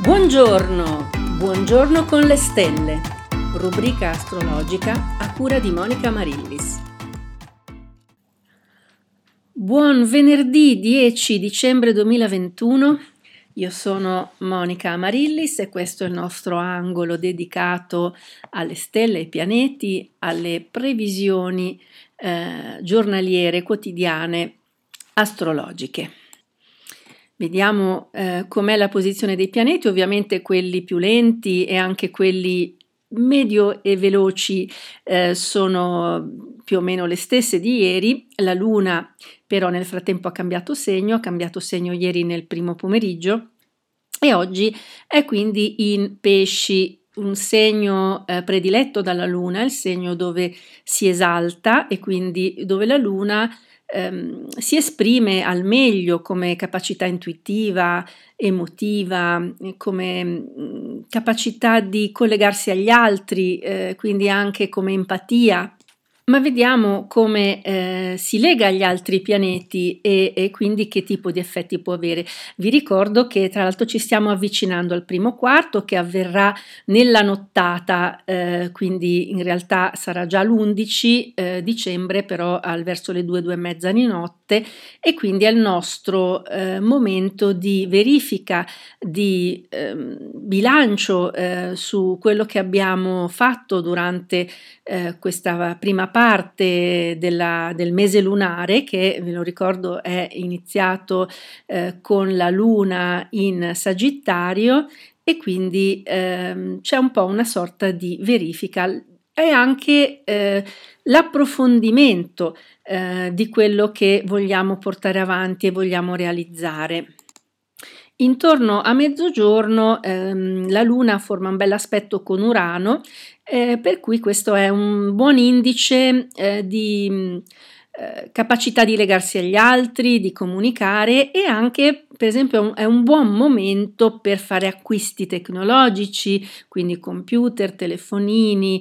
Buongiorno, buongiorno con le stelle, rubrica astrologica a cura di Monica Marillis. Buon venerdì 10 dicembre 2021, io sono Monica Marillis e questo è il nostro angolo dedicato alle stelle, ai pianeti, alle previsioni giornaliere, quotidiane, astrologiche. Vediamo com'è la posizione dei pianeti, ovviamente quelli più lenti e anche quelli medio e veloci sono più o meno le stesse di ieri. La Luna però nel frattempo ha cambiato segno ieri nel primo pomeriggio e oggi è quindi in Pesci, un segno prediletto dalla Luna, il segno dove si esalta e quindi dove la Luna si esprime al meglio come capacità intuitiva, emotiva, come capacità di collegarsi agli altri, quindi anche come empatia. Ma vediamo come si lega agli altri pianeti e quindi che tipo di effetti può avere. Vi ricordo che tra l'altro ci stiamo avvicinando al primo quarto che avverrà nella nottata, quindi in realtà sarà già l'11 dicembre, però verso le 2 e mezza di notte, e quindi è il nostro momento di verifica, di bilancio su quello che abbiamo fatto durante questa prima parte del mese lunare, che ve lo ricordo è iniziato con la Luna in Sagittario, e quindi c'è un po' una sorta di verifica e anche l'approfondimento di quello che vogliamo portare avanti e vogliamo realizzare. Intorno a mezzogiorno la Luna forma un bell'aspetto con Urano, per cui questo è un buon indice di capacità di legarsi agli altri, di comunicare, e anche, per esempio, è un buon momento per fare acquisti tecnologici, quindi computer, telefonini,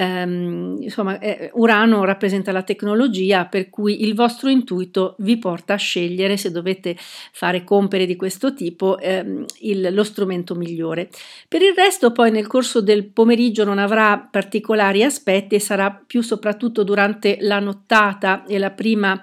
insomma Urano rappresenta la tecnologia, per cui il vostro intuito vi porta a scegliere, se dovete fare compere di questo tipo, lo strumento migliore. Per il resto poi nel corso del pomeriggio non avrà particolari aspetti e sarà più soprattutto durante la nottata e la prima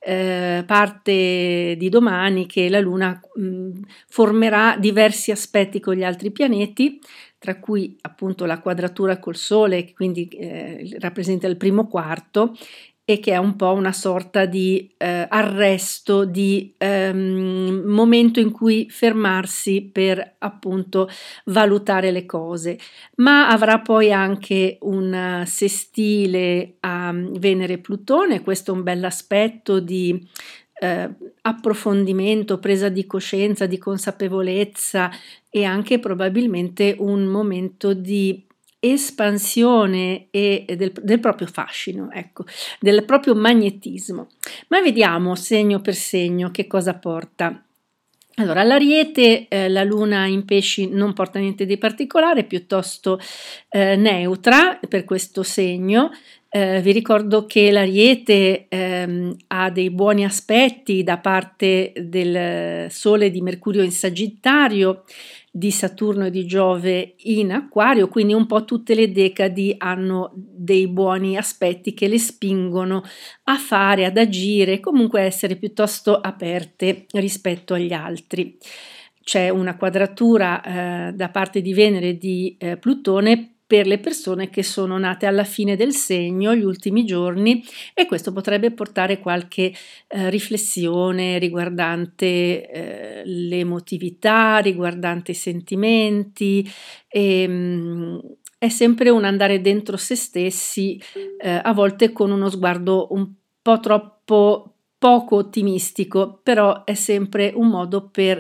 parte di domani che la Luna formerà diversi aspetti con gli altri pianeti, tra cui appunto la quadratura col Sole, che quindi rappresenta il primo quarto, e che è un po' una sorta di arresto, di momento in cui fermarsi per appunto valutare le cose. Ma avrà poi anche un sestile a Venere e Plutone, questo è un bell'aspetto di approfondimento, presa di coscienza, di consapevolezza, e anche probabilmente un momento di espansione e del proprio fascino, ecco, del proprio magnetismo. Ma vediamo segno per segno che cosa porta. Allora, all'Ariete la Luna in Pesci non porta niente di particolare, piuttosto neutra per questo segno. Vi ricordo che l'Ariete ha dei buoni aspetti da parte del Sole di Mercurio in Sagittario, di Saturno e di Giove in Acquario, quindi un po' tutte le decadi hanno dei buoni aspetti che le spingono a fare, ad agire, comunque essere piuttosto aperte rispetto agli altri. C'è una quadratura da parte di Venere e di Plutone per le persone che sono nate alla fine del segno, gli ultimi giorni, e questo potrebbe portare qualche riflessione riguardante l'emotività, riguardante i sentimenti. È sempre un andare dentro se stessi, a volte con uno sguardo un po' troppo poco ottimistico, però è sempre un modo per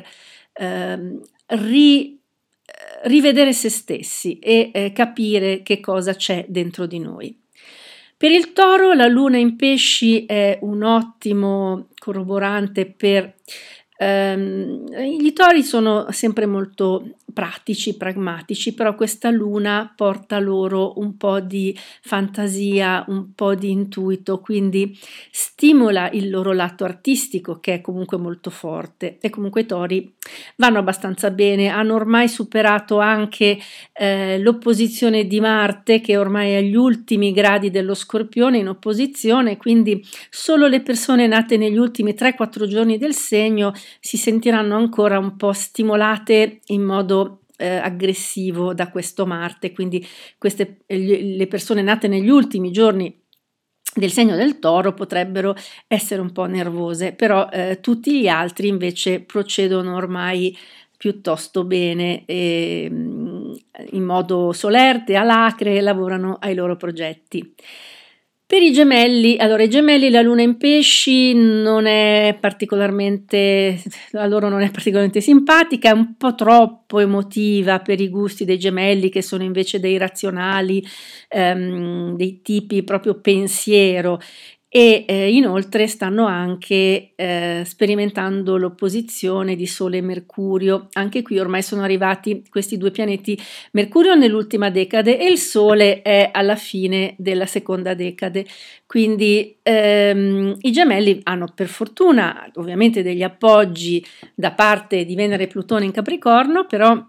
rivedere se stessi e capire che cosa c'è dentro di noi. Per il Toro la Luna in Pesci è un ottimo corroborante per i Tori sono sempre molto pratici, pragmatici, però questa luna porta loro un po' di fantasia, un po' di intuito, quindi stimola il loro lato artistico che è comunque molto forte. E comunque i tori vanno abbastanza bene, hanno ormai superato anche l'opposizione di Marte, che ormai è agli ultimi gradi dello Scorpione in opposizione, quindi solo le persone nate negli ultimi 3-4 giorni del segno si sentiranno ancora un po' stimolate in modo aggressivo da questo Marte, quindi le persone nate negli ultimi giorni del segno del Toro potrebbero essere un po' nervose, però tutti gli altri invece procedono ormai piuttosto bene, in modo solerte, alacre, lavorano ai loro progetti. Per i gemelli, allora i gemelli la luna in pesci non è particolarmente, a loro non è particolarmente simpatica, è un po' troppo emotiva per i gusti dei gemelli che sono invece dei razionali, dei tipi proprio pensiero. E inoltre stanno anche sperimentando l'opposizione di Sole e Mercurio. Anche qui ormai sono arrivati questi due pianeti, Mercurio nell'ultima decade e il Sole è alla fine della seconda decade. Quindi i gemelli hanno per fortuna ovviamente degli appoggi da parte di Venere e Plutone in Capricorno, però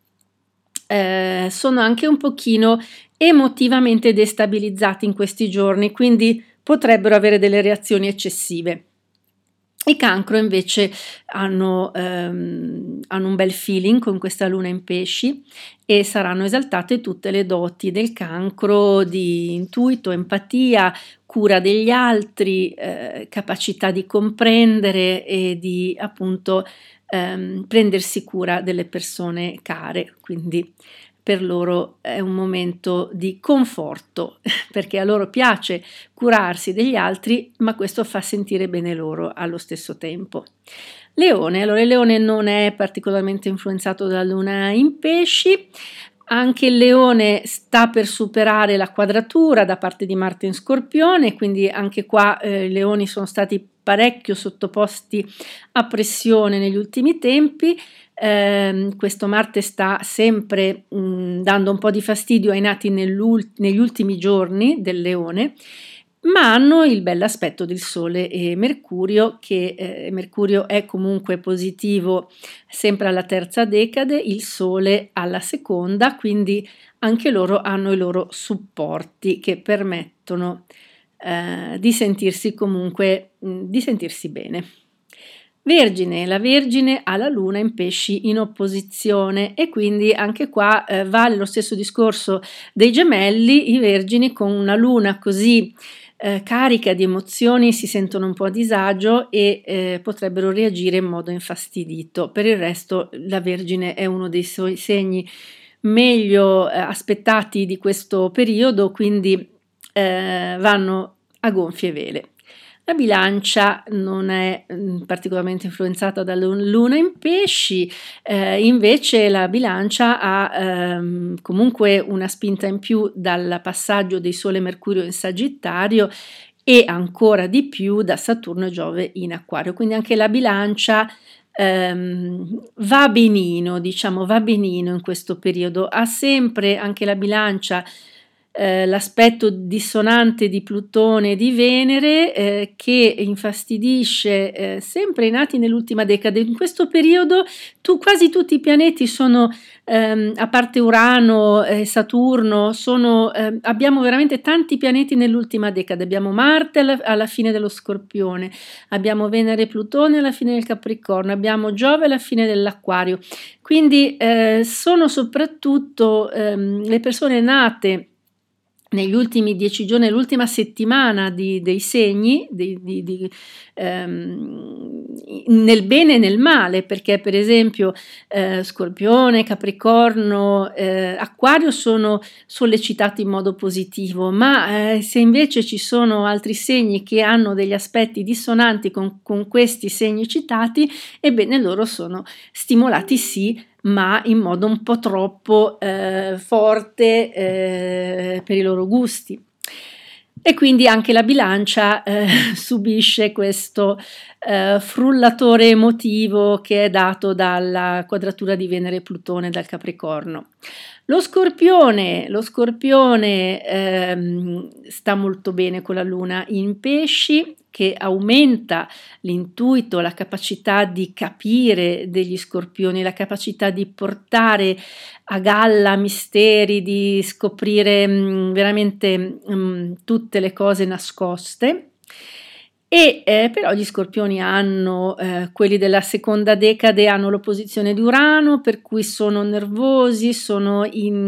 sono anche un pochino emotivamente destabilizzati in questi giorni, quindi potrebbero avere delle reazioni eccessive. I Cancro invece hanno un bel feeling con questa luna in pesci e saranno esaltate tutte le doti del Cancro di intuito, empatia, cura degli altri, capacità di comprendere e di appunto prendersi cura delle persone care, quindi per loro è un momento di conforto perché a loro piace curarsi degli altri, ma questo fa sentire bene loro allo stesso tempo. Leone, allora il leone non è particolarmente influenzato dalla luna in pesci, anche il leone sta per superare la quadratura da parte di Marte in Scorpione, quindi anche qua i leoni sono stati parecchio sottoposti a pressione negli ultimi tempi. Questo Marte sta sempre dando un po' di fastidio ai nati negli ultimi giorni del leone, ma hanno il bell'aspetto del Sole e Mercurio, che Mercurio è comunque positivo sempre alla terza decade, il Sole alla seconda, quindi anche loro hanno i loro supporti che permettono di sentirsi comunque, di sentirsi bene. Vergine, la Vergine ha la luna in pesci in opposizione e quindi anche qua vale lo stesso discorso dei gemelli, i vergini con una luna così carica di emozioni si sentono un po' a disagio e potrebbero reagire in modo infastidito. Per il resto la Vergine è uno dei suoi segni meglio aspettati di questo periodo, quindi vanno a gonfie vele. La bilancia non è particolarmente influenzata dalla luna in pesci, invece la bilancia ha comunque una spinta in più dal passaggio di Sole e Mercurio in Sagittario e ancora di più da Saturno e Giove in Acquario, quindi anche la bilancia va benino, diciamo, va benino in questo periodo, ha sempre anche la bilancia l'aspetto dissonante di Plutone e di Venere che infastidisce sempre i nati nell'ultima decade. In questo periodo quasi tutti i pianeti sono, a parte Urano e Saturno, abbiamo veramente tanti pianeti nell'ultima decade. Abbiamo Marte alla fine dello Scorpione, abbiamo Venere e Plutone alla fine del Capricorno, abbiamo Giove alla fine dell'Acquario. Quindi sono soprattutto le persone nate negli ultimi 10 giorni, l'ultima settimana dei segni, nel bene e nel male, perché per esempio Scorpione, Capricorno, Acquario sono sollecitati in modo positivo, ma se invece ci sono altri segni che hanno degli aspetti dissonanti con questi segni citati, ebbene loro sono stimolati sì, ma in modo un po' troppo forte per i loro gusti. E quindi anche la bilancia subisce questo frullatore emotivo che è dato dalla quadratura di Venere e Plutone dal Capricorno. Lo Scorpione sta molto bene con la Luna in Pesci, che aumenta l'intuito, la capacità di capire degli Scorpioni, la capacità di portare a galla misteri, di scoprire veramente tutte le cose nascoste. E però gli Scorpioni hanno, quelli della seconda decade hanno l'opposizione di Urano, per cui sono nervosi, sono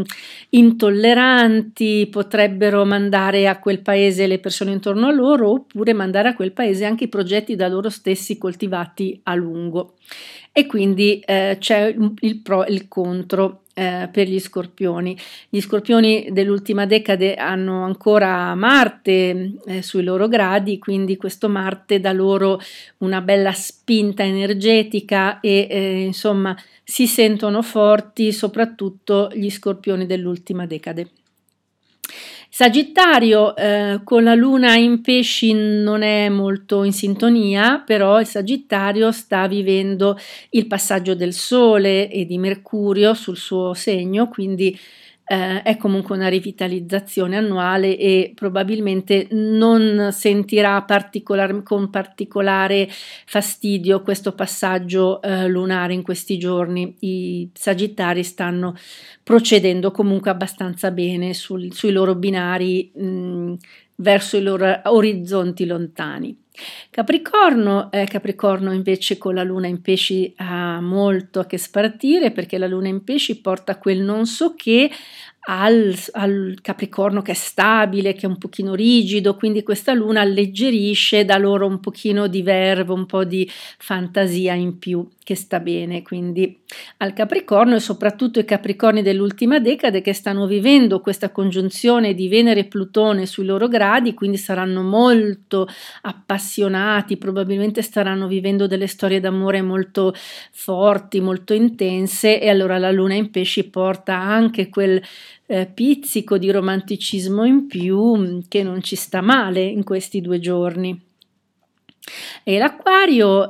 intolleranti, potrebbero mandare a quel paese le persone intorno a loro, oppure mandare a quel paese anche i progetti da loro stessi coltivati a lungo. E quindi c'è il pro e il contro per gli Scorpioni. Gli Scorpioni dell'ultima decade hanno ancora Marte sui loro gradi, quindi questo Marte dà loro una bella spinta energetica e insomma si sentono forti, soprattutto gli Scorpioni dell'ultima decade. Sagittario con la Luna in Pesci non è molto in sintonia, però il Sagittario sta vivendo il passaggio del Sole e di Mercurio sul suo segno, quindi è comunque una rivitalizzazione annuale e probabilmente non sentirà con particolare fastidio questo passaggio lunare in questi giorni. I Sagittari stanno procedendo comunque abbastanza bene sui loro binari verso i loro orizzonti lontani. Capricorno invece con la Luna in Pesci ha molto a che spartire, perché la Luna in Pesci porta quel non so che al Capricorno che è stabile, che è un pochino rigido, quindi questa Luna alleggerisce, dà loro un pochino di verve, un po' di fantasia in più, che sta bene quindi al Capricorno, e soprattutto i Capricorni dell'ultima decade che stanno vivendo questa congiunzione di Venere e Plutone sui loro gradi, quindi saranno molto appassionati, probabilmente staranno vivendo delle storie d'amore molto forti, molto intense, e allora la Luna in Pesci porta anche quel pizzico di romanticismo in più che non ci sta male in questi 2 giorni. E l'Acquario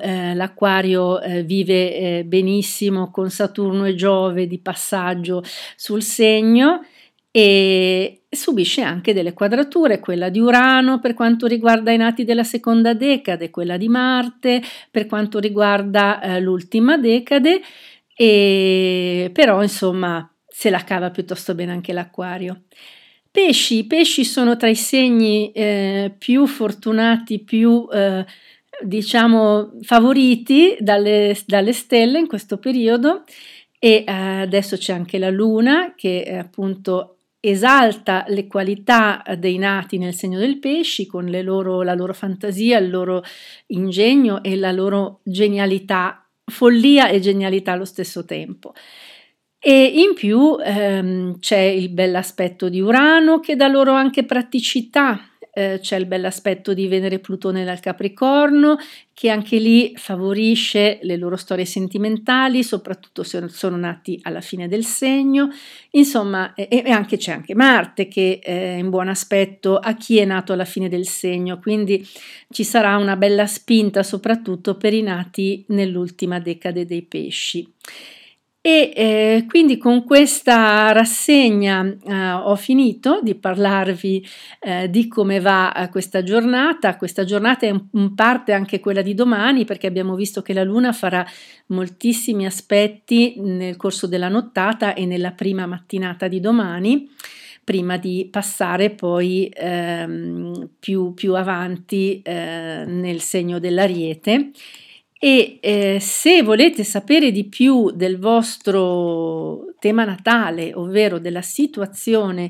vive benissimo con Saturno e Giove di passaggio sul segno e subisce anche delle quadrature, quella di Urano per quanto riguarda i nati della seconda decade, quella di Marte per quanto riguarda l'ultima decade, e però insomma se la cava piuttosto bene anche l'Acquario. Pesci sono tra i segni più fortunati, più diciamo favoriti dalle stelle in questo periodo, e adesso c'è anche la Luna che appunto esalta le qualità dei nati nel segno del Pesci con la loro fantasia, il loro ingegno e la loro genialità, follia e genialità allo stesso tempo. E in più c'è il bell'aspetto di Urano che dà loro anche praticità, c'è il bell'aspetto di Venere e Plutone dal Capricorno che anche lì favorisce le loro storie sentimentali, soprattutto se sono nati alla fine del segno. Insomma, e anche c'è anche Marte che è in buon aspetto a chi è nato alla fine del segno, quindi ci sarà una bella spinta soprattutto per i nati nell'ultima decade dei Pesci. E quindi con questa rassegna ho finito di parlarvi di come va questa giornata. Questa giornata è in parte anche quella di domani, perché abbiamo visto che la Luna farà moltissimi aspetti nel corso della nottata e nella prima mattinata di domani, prima di passare poi più avanti nel segno dell'Ariete. E se volete sapere di più del vostro tema natale, ovvero della situazione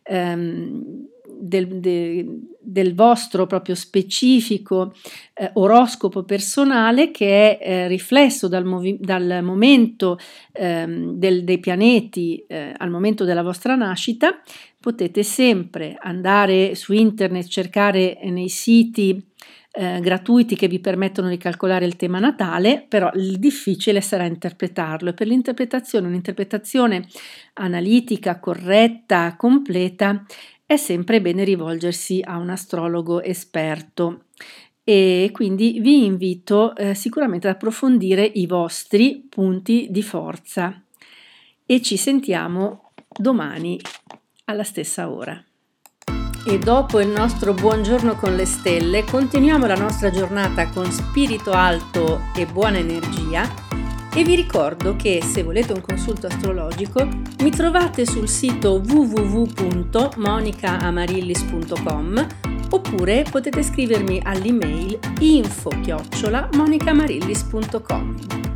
del vostro proprio specifico oroscopo personale, che è riflesso dal momento dei pianeti al momento della vostra nascita, potete sempre andare su internet, cercare nei siti gratuiti che vi permettono di calcolare il tema natale, però il difficile sarà interpretarlo, e per l'interpretazione, un'interpretazione analitica, corretta, completa, è sempre bene rivolgersi a un astrologo esperto. e quindi vi invito sicuramente ad approfondire i vostri punti di forza e ci sentiamo domani alla stessa ora. E dopo il nostro buongiorno con le stelle, continuiamo la nostra giornata con spirito alto e buona energia e vi ricordo che se volete un consulto astrologico mi trovate sul sito www.monicaamarillis.com oppure potete scrivermi all'email info@monicamarillis.com.